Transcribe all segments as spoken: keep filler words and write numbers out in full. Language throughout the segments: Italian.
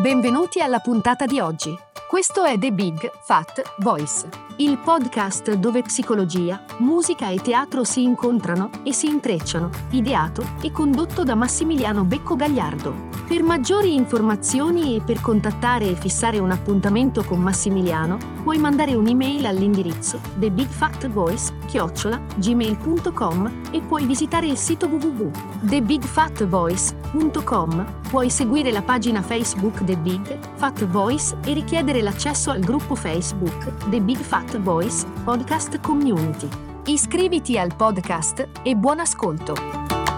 Benvenuti alla puntata di oggi. Questo è The Big Fat Voice, il podcast dove psicologia, musica e teatro si incontrano e si intrecciano, ideato e condotto da Massimiliano Becco Gagliardo. Per maggiori informazioni e per contattare e fissare un appuntamento con Massimiliano, puoi mandare un'email all'indirizzo the big fat voice chiocciola gmail punto com e puoi visitare il sito w w w punto the big fat voice punto com. Puoi seguire la pagina Facebook The Big Fat Voice e richiedere l'accesso al gruppo Facebook The Big Fat Voice Podcast Community. Iscriviti al podcast e buon ascolto!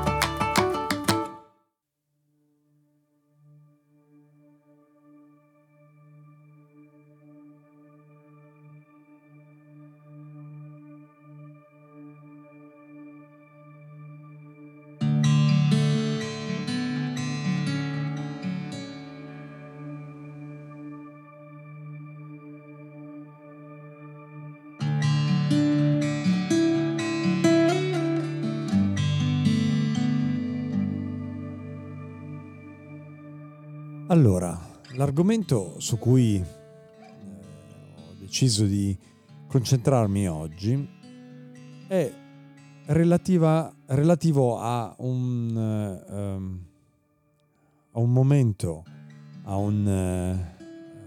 Allora, l'argomento su cui eh, ho deciso di concentrarmi oggi è relativa, relativo a un, eh, um, a un momento, a, un, eh,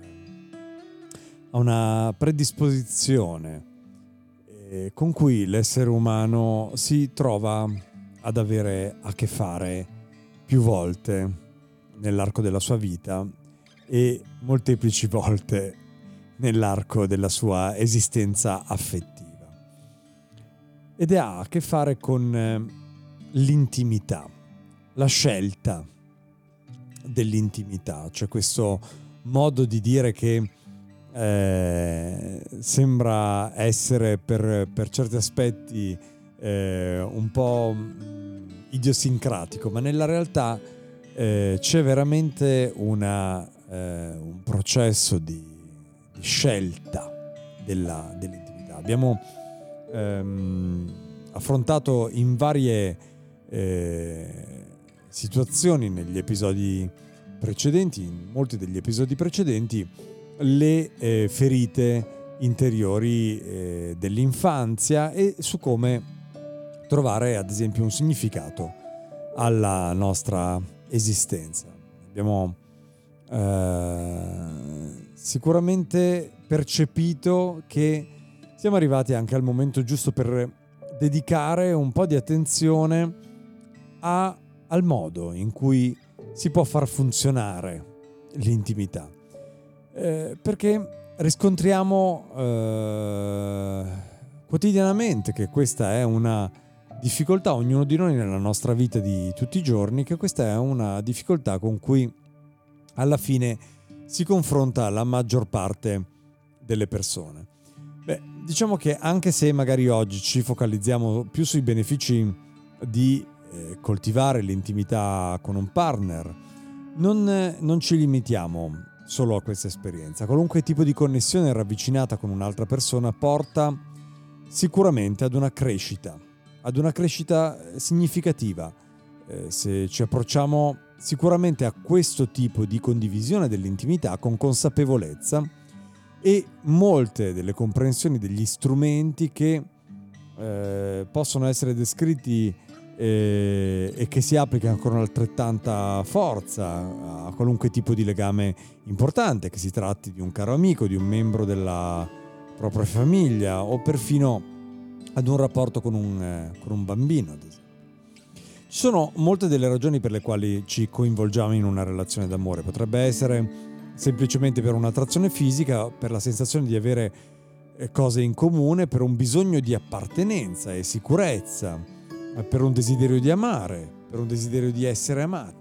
a una predisposizione eh, con cui l'essere umano si trova ad avere a che fare più volte nell'arco della sua vita e molteplici volte nell'arco della sua esistenza affettiva. Ed ha a che fare con l'intimità, la scelta dell'intimità, cioè questo modo di dire che eh, sembra essere per, per certi aspetti eh, un po' idiosincratico, ma nella realtà Eh, c'è veramente una, eh, un processo di, di scelta della, dell'intimità. Abbiamo ehm, affrontato in varie eh, situazioni negli episodi precedenti, in molti degli episodi precedenti, le eh, ferite interiori eh, dell'infanzia e su come trovare ad esempio un significato alla nostra esistenza. Abbiamo eh, sicuramente percepito che siamo arrivati anche al momento giusto per dedicare un po' di attenzione a, al modo in cui si può far funzionare l'intimità, eh, perché riscontriamo eh, quotidianamente che questa è una difficoltà, ognuno di noi nella nostra vita di tutti i giorni, che questa è una difficoltà con cui alla fine si confronta la maggior parte delle persone. Beh, diciamo che anche se magari oggi ci focalizziamo più sui benefici di eh, coltivare l'intimità con un partner, non, non ci limitiamo solo a questa esperienza. Qualunque tipo di connessione ravvicinata con un'altra persona porta sicuramente ad una crescita ad una crescita significativa. Eh, se ci approcciamo sicuramente a questo tipo di condivisione dell'intimità con consapevolezza e molte delle comprensioni degli strumenti che eh, possono essere descritti eh, e che si applicano con altrettanta forza a qualunque tipo di legame importante, che si tratti di un caro amico, di un membro della propria famiglia o perfino ad un rapporto con un, eh, con un bambino, ad esempio. Ci sono molte delle ragioni per le quali ci coinvolgiamo in una relazione d'amore. Potrebbe essere semplicemente per un'attrazione fisica, per la sensazione di avere eh, cose in comune, per un bisogno di appartenenza e sicurezza, eh, per un desiderio di amare, per un desiderio di essere amati.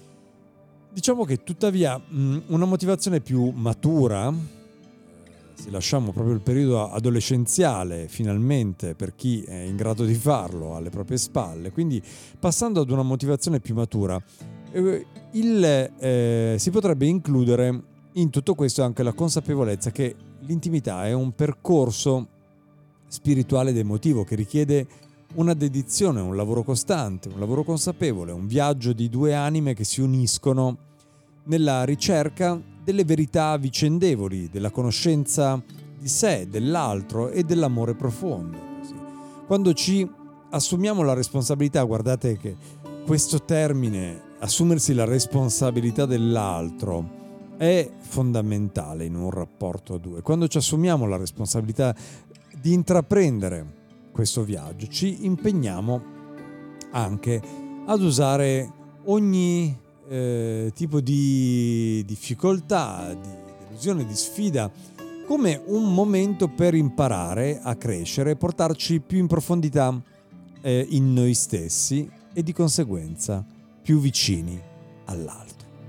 Diciamo che tuttavia mh, una motivazione più matura, se lasciamo proprio il periodo adolescenziale finalmente per chi è in grado di farlo alle proprie spalle, quindi passando ad una motivazione più matura, eh, il, eh, si potrebbe includere in tutto questo anche la consapevolezza che l'intimità è un percorso spirituale ed emotivo che richiede una dedizione, un lavoro costante, un lavoro consapevole, un viaggio di due anime che si uniscono nella ricerca delle verità vicendevoli, della conoscenza di sé, dell'altro e dell'amore profondo. Così. Quando ci assumiamo la responsabilità, guardate che questo termine, assumersi la responsabilità dell'altro, è fondamentale in un rapporto a due. Quando ci assumiamo la responsabilità di intraprendere questo viaggio, ci impegniamo anche ad usare ogni eh, tipo di difficoltà, di delusione, di sfida come un momento per imparare a crescere e portarci più in profondità eh, in noi stessi e di conseguenza più vicini all'altro.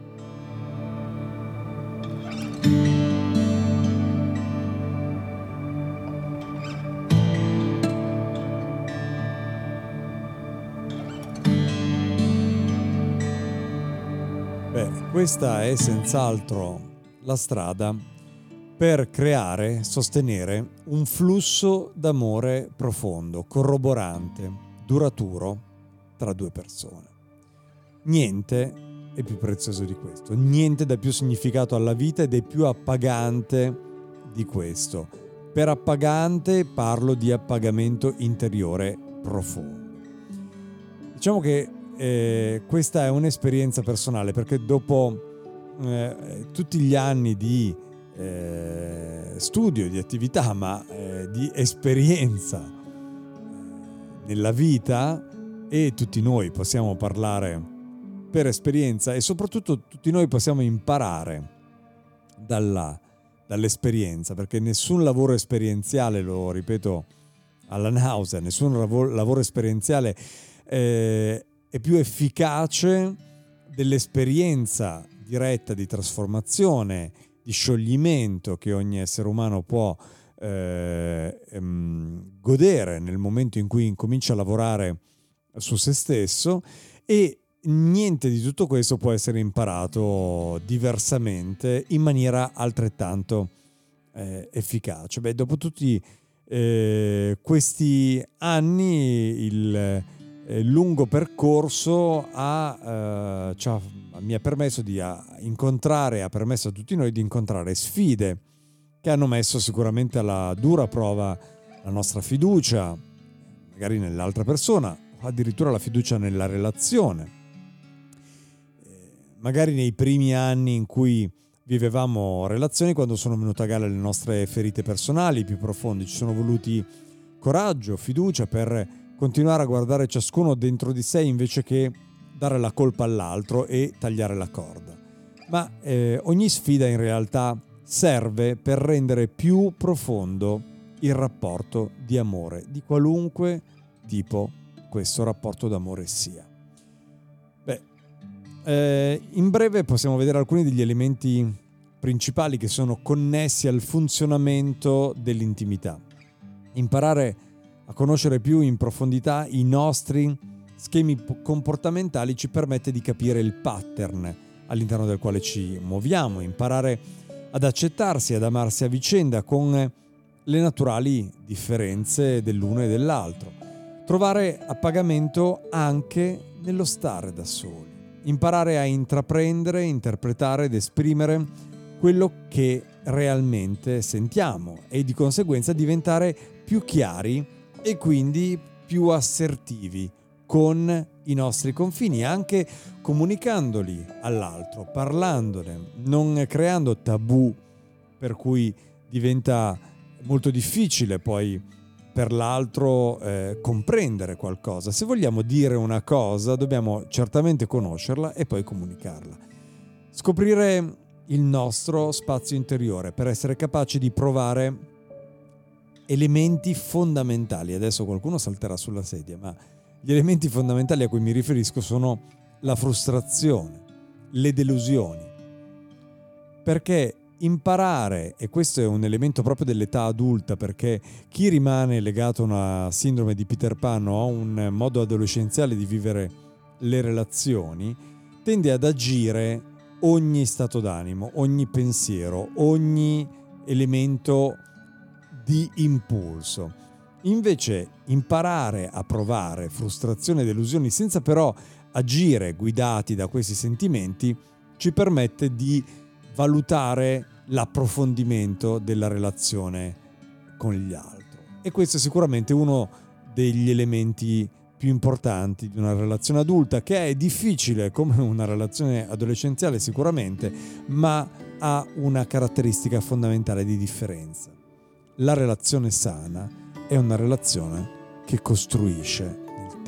Beh, questa è senz'altro la strada per creare, sostenere un flusso d'amore profondo, corroborante, duraturo tra due persone. Niente è più prezioso di questo, niente dà più significato alla vita ed è più appagante di questo. Per appagante parlo di appagamento interiore profondo. Diciamo che eh, questa è un'esperienza personale, perché dopo eh, tutti gli anni di eh, studio, di attività, ma eh, di esperienza nella vita, e tutti noi possiamo parlare per esperienza e soprattutto tutti noi possiamo imparare dalla, dall'esperienza, perché nessun lavoro esperienziale, lo ripeto alla nausea, nessun lavoro, lavoro esperienziale eh, è più efficace dell'esperienza diretta di trasformazione, di scioglimento che ogni essere umano può eh, ehm, godere nel momento in cui incomincia a lavorare su se stesso, e niente di tutto questo può essere imparato diversamente in maniera altrettanto eh, efficace. Beh, dopo tutti eh, questi anni il eh, lungo percorso ha, eh, ci ha, mi ha permesso di a, incontrare, ha permesso a tutti noi di incontrare sfide che hanno messo sicuramente alla dura prova la nostra fiducia, magari nell'altra persona, o addirittura la fiducia nella relazione. Magari nei primi anni in cui vivevamo relazioni, quando sono venute a galla le nostre ferite personali più profonde, ci sono voluti coraggio, fiducia per continuare a guardare ciascuno dentro di sé invece che dare la colpa all'altro e tagliare la corda. Ma eh, ogni sfida in realtà serve per rendere più profondo il rapporto di amore, di qualunque tipo questo rapporto d'amore sia. Beh, Eh, in breve possiamo vedere alcuni degli elementi principali che sono connessi al funzionamento dell'intimità. Imparare a conoscere più in profondità i nostri schemi comportamentali ci permette di capire il pattern all'interno del quale ci muoviamo, imparare ad accettarsi, ad amarsi a vicenda con le naturali differenze dell'uno e dell'altro, trovare appagamento anche nello stare da soli. Imparare a intraprendere, interpretare ed esprimere quello che realmente sentiamo e di conseguenza diventare più chiari e quindi più assertivi con i nostri confini, anche comunicandoli all'altro, parlandone, non creando tabù per cui diventa molto difficile poi per l'altro eh, comprendere qualcosa. Se vogliamo dire una cosa, dobbiamo certamente conoscerla e poi comunicarla. Scoprire il nostro spazio interiore per essere capaci di provare elementi fondamentali. Adesso qualcuno salterà sulla sedia, ma gli elementi fondamentali a cui mi riferisco sono la frustrazione, le delusioni. Perché imparare, e questo è un elemento proprio dell'età adulta, perché chi rimane legato a una sindrome di Peter Pan o a un modo adolescenziale di vivere le relazioni, tende ad agire ogni stato d'animo, ogni pensiero, ogni elemento di impulso. Invece imparare a provare frustrazione e delusioni senza però agire guidati da questi sentimenti ci permette di valutare l'approfondimento della relazione con gli altri. E questo è sicuramente uno degli elementi più importanti di una relazione adulta, che è difficile come una relazione adolescenziale sicuramente, ma ha una caratteristica fondamentale di differenza. La relazione sana è una relazione che costruisce nel tempo.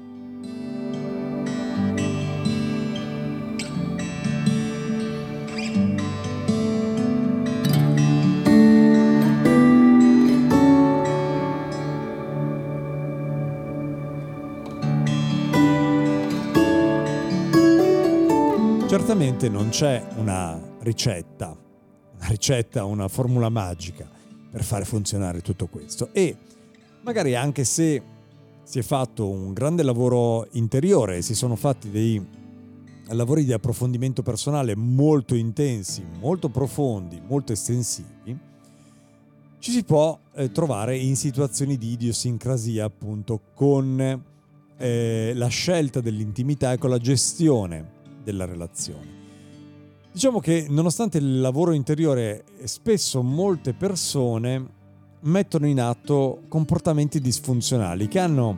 Certamente non c'è una ricetta, una ricetta, una formula magica per fare funzionare tutto questo, e magari anche se si è fatto un grande lavoro interiore, si sono fatti dei lavori di approfondimento personale molto intensi, molto profondi, molto estensivi, ci si può eh, trovare in situazioni di idiosincrasia appunto con eh, la scelta dell'intimità e con la gestione della relazione. Diciamo che nonostante il lavoro interiore, spesso molte persone mettono in atto comportamenti disfunzionali che hanno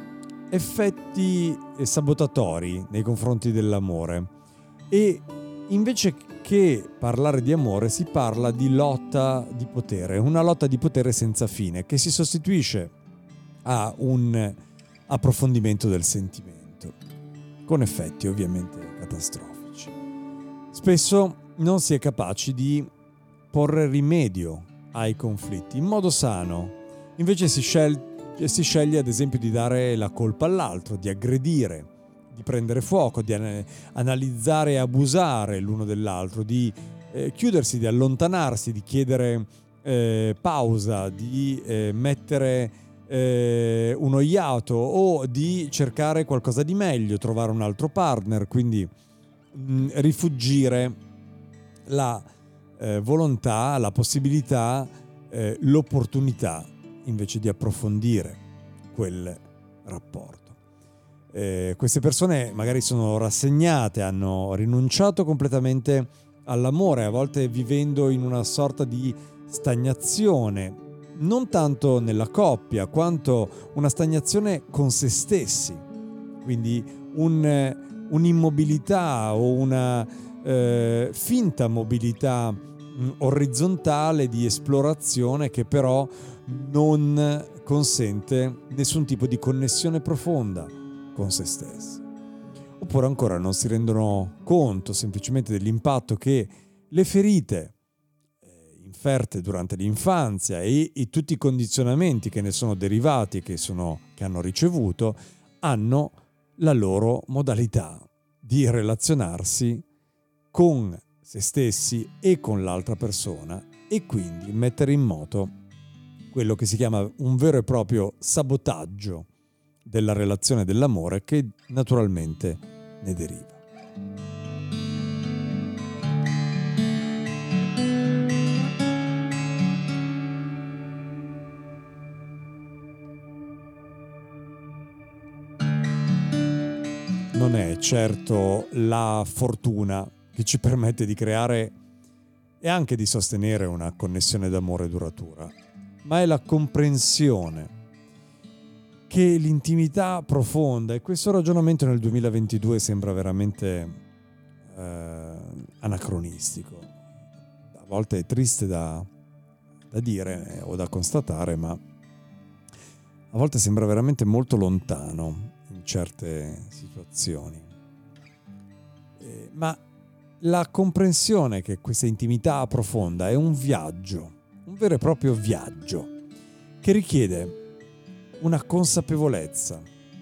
effetti sabotatori nei confronti dell'amore, e invece che parlare di amore si parla di lotta di potere, una lotta di potere senza fine che si sostituisce a un approfondimento del sentimento, con effetti ovviamente catastrofici. Spesso non si è capaci di porre rimedio ai conflitti in modo sano, invece si, scel- si sceglie ad esempio di dare la colpa all'altro, di aggredire, di prendere fuoco, di an- analizzare e abusare l'uno dell'altro, di eh, chiudersi, di allontanarsi, di chiedere eh, pausa, di eh, mettere eh, uno iato o di cercare qualcosa di meglio, trovare un altro partner, quindi mh, rifuggire la eh, volontà, la possibilità, eh, l'opportunità invece di approfondire quel rapporto. Eh, queste persone magari sono rassegnate, hanno rinunciato completamente all'amore, a volte vivendo in una sorta di stagnazione, non tanto nella coppia quanto una stagnazione con se stessi, quindi un, un'immobilità o una eh, finta mobilità mh, orizzontale di esplorazione che però non consente nessun tipo di connessione profonda con se stessi. Oppure ancora non si rendono conto semplicemente dell'impatto che le ferite inferte durante l'infanzia e, e tutti i condizionamenti che ne sono derivati, che, sono, che hanno ricevuto, hanno la loro modalità di relazionarsi con se stessi e con l'altra persona, e quindi mettere in moto quello che si chiama un vero e proprio sabotaggio della relazione dell'amore, che naturalmente ne deriva. Non è certo la fortuna che ci permette di creare e anche di sostenere una connessione d'amore duratura, ma è la comprensione che l'intimità profonda, e questo ragionamento nel duemilaventidue sembra veramente eh, anacronistico, a volte è triste da, da dire o da constatare, ma a volte sembra veramente molto lontano in certe situazioni. Eh, ma la comprensione che questa intimità profonda è un viaggio, un vero e proprio viaggio, che richiede una consapevolezza,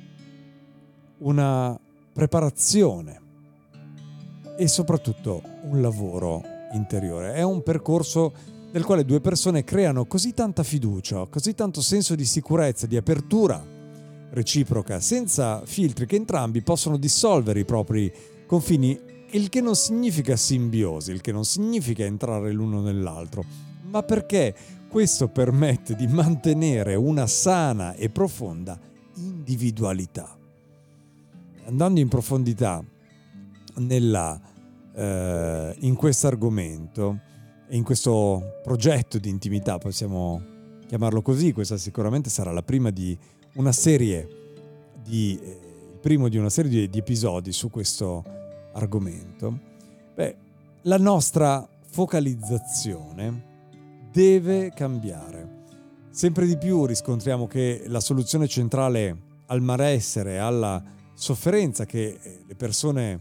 una preparazione e soprattutto un lavoro interiore. È un percorso nel quale due persone creano così tanta fiducia, così tanto senso di sicurezza, di apertura reciproca, senza filtri, che entrambi possono dissolvere i propri confini, il che non significa simbiosi, il che non significa entrare l'uno nell'altro, ma perché questo permette di mantenere una sana e profonda individualità. Andando in profondità nella eh, in questo argomento e in questo progetto di intimità, possiamo chiamarlo così. Questa sicuramente sarà la prima di una serie di eh, il primo di una serie di, di episodi su questo argomento. Beh, la nostra focalizzazione deve cambiare. Sempre di più riscontriamo che la soluzione centrale al malessere, alla sofferenza che le persone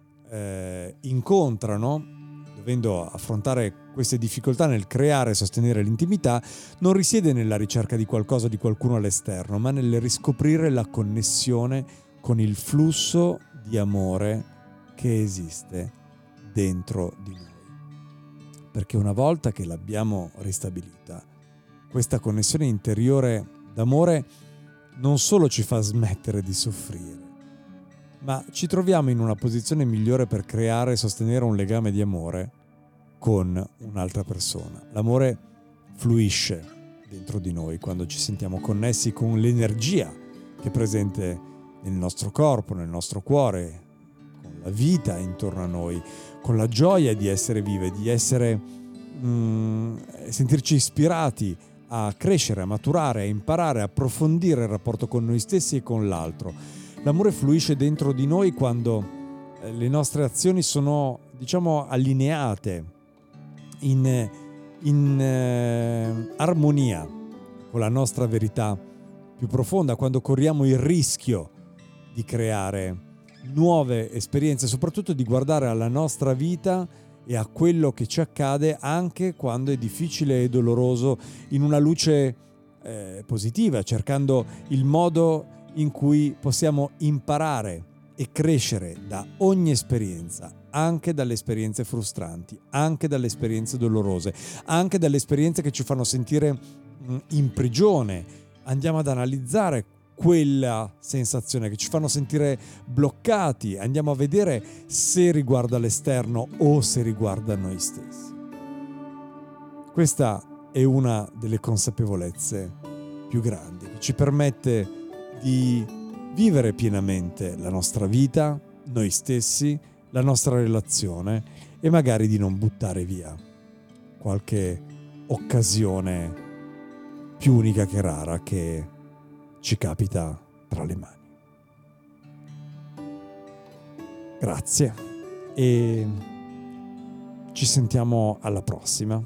eh, incontrano, dovendo affrontare queste difficoltà nel creare e sostenere l'intimità, non risiede nella ricerca di qualcosa o di qualcuno all'esterno, ma nel riscoprire la connessione con il flusso di amore che esiste dentro di noi. Perché una volta che l'abbiamo ristabilita, questa connessione interiore d'amore non solo ci fa smettere di soffrire, ma ci troviamo in una posizione migliore per creare e sostenere un legame di amore con un'altra persona. L'amore fluisce dentro di noi quando ci sentiamo connessi con l'energia che è presente nel nostro corpo, nel nostro cuore, con la vita intorno a noi, con la gioia di essere vive, di essere mm, sentirci ispirati a crescere, a maturare, a imparare, a approfondire il rapporto con noi stessi e con l'altro. L'amore fluisce dentro di noi quando eh, le nostre azioni sono, diciamo, allineate in, in eh, armonia con la nostra verità più profonda, quando corriamo il rischio di creare nuove esperienze, soprattutto di guardare alla nostra vita e a quello che ci accade anche quando è difficile e doloroso in una luce eh, positiva, cercando il modo in cui possiamo imparare e crescere da ogni esperienza, anche dalle esperienze frustranti, anche dalle esperienze dolorose, anche dalle esperienze che ci fanno sentire mh, in prigione. Andiamo ad analizzare quella sensazione che ci fanno sentire bloccati, andiamo a vedere se riguarda l'esterno o se riguarda noi stessi. Questa è una delle consapevolezze più grandi che ci permette di vivere pienamente la nostra vita, noi stessi, la nostra relazione e magari di non buttare via qualche occasione più unica che rara che ci capita tra le mani. Grazie e ci sentiamo alla prossima.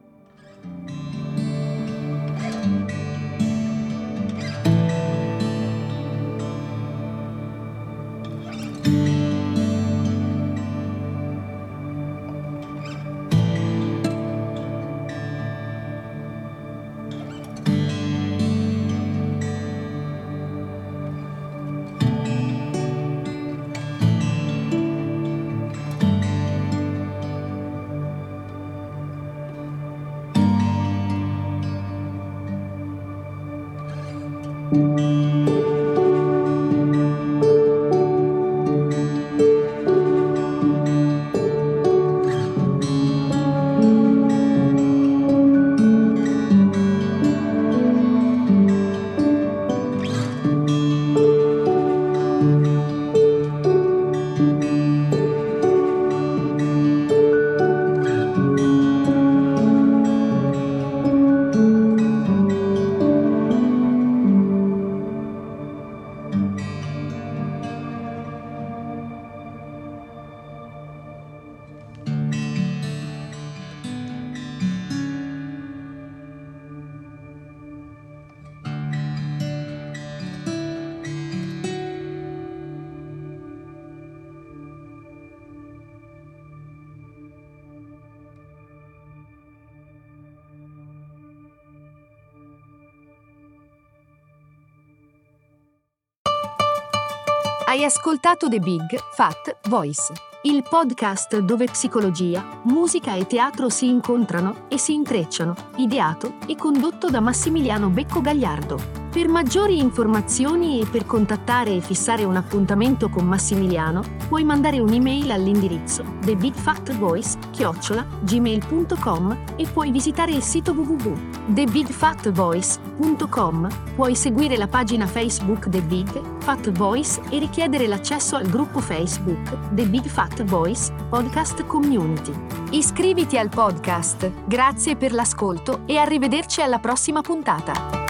Hai ascoltato The Big Fat Voice, il podcast dove psicologia, musica e teatro si incontrano e si intrecciano, ideato e condotto da Massimiliano Becco Gagliardo. Per maggiori informazioni e per contattare e fissare un appuntamento con Massimiliano, puoi mandare un'email all'indirizzo the big fat voice chiocciola gmail punto com e puoi visitare il sito w w w punto the big fat voice punto com. Puoi seguire la pagina Facebook The Big Fat Voice e richiedere l'accesso al gruppo Facebook The Big Fat Voice Podcast Community. Iscriviti al podcast. Grazie per l'ascolto e arrivederci alla prossima puntata.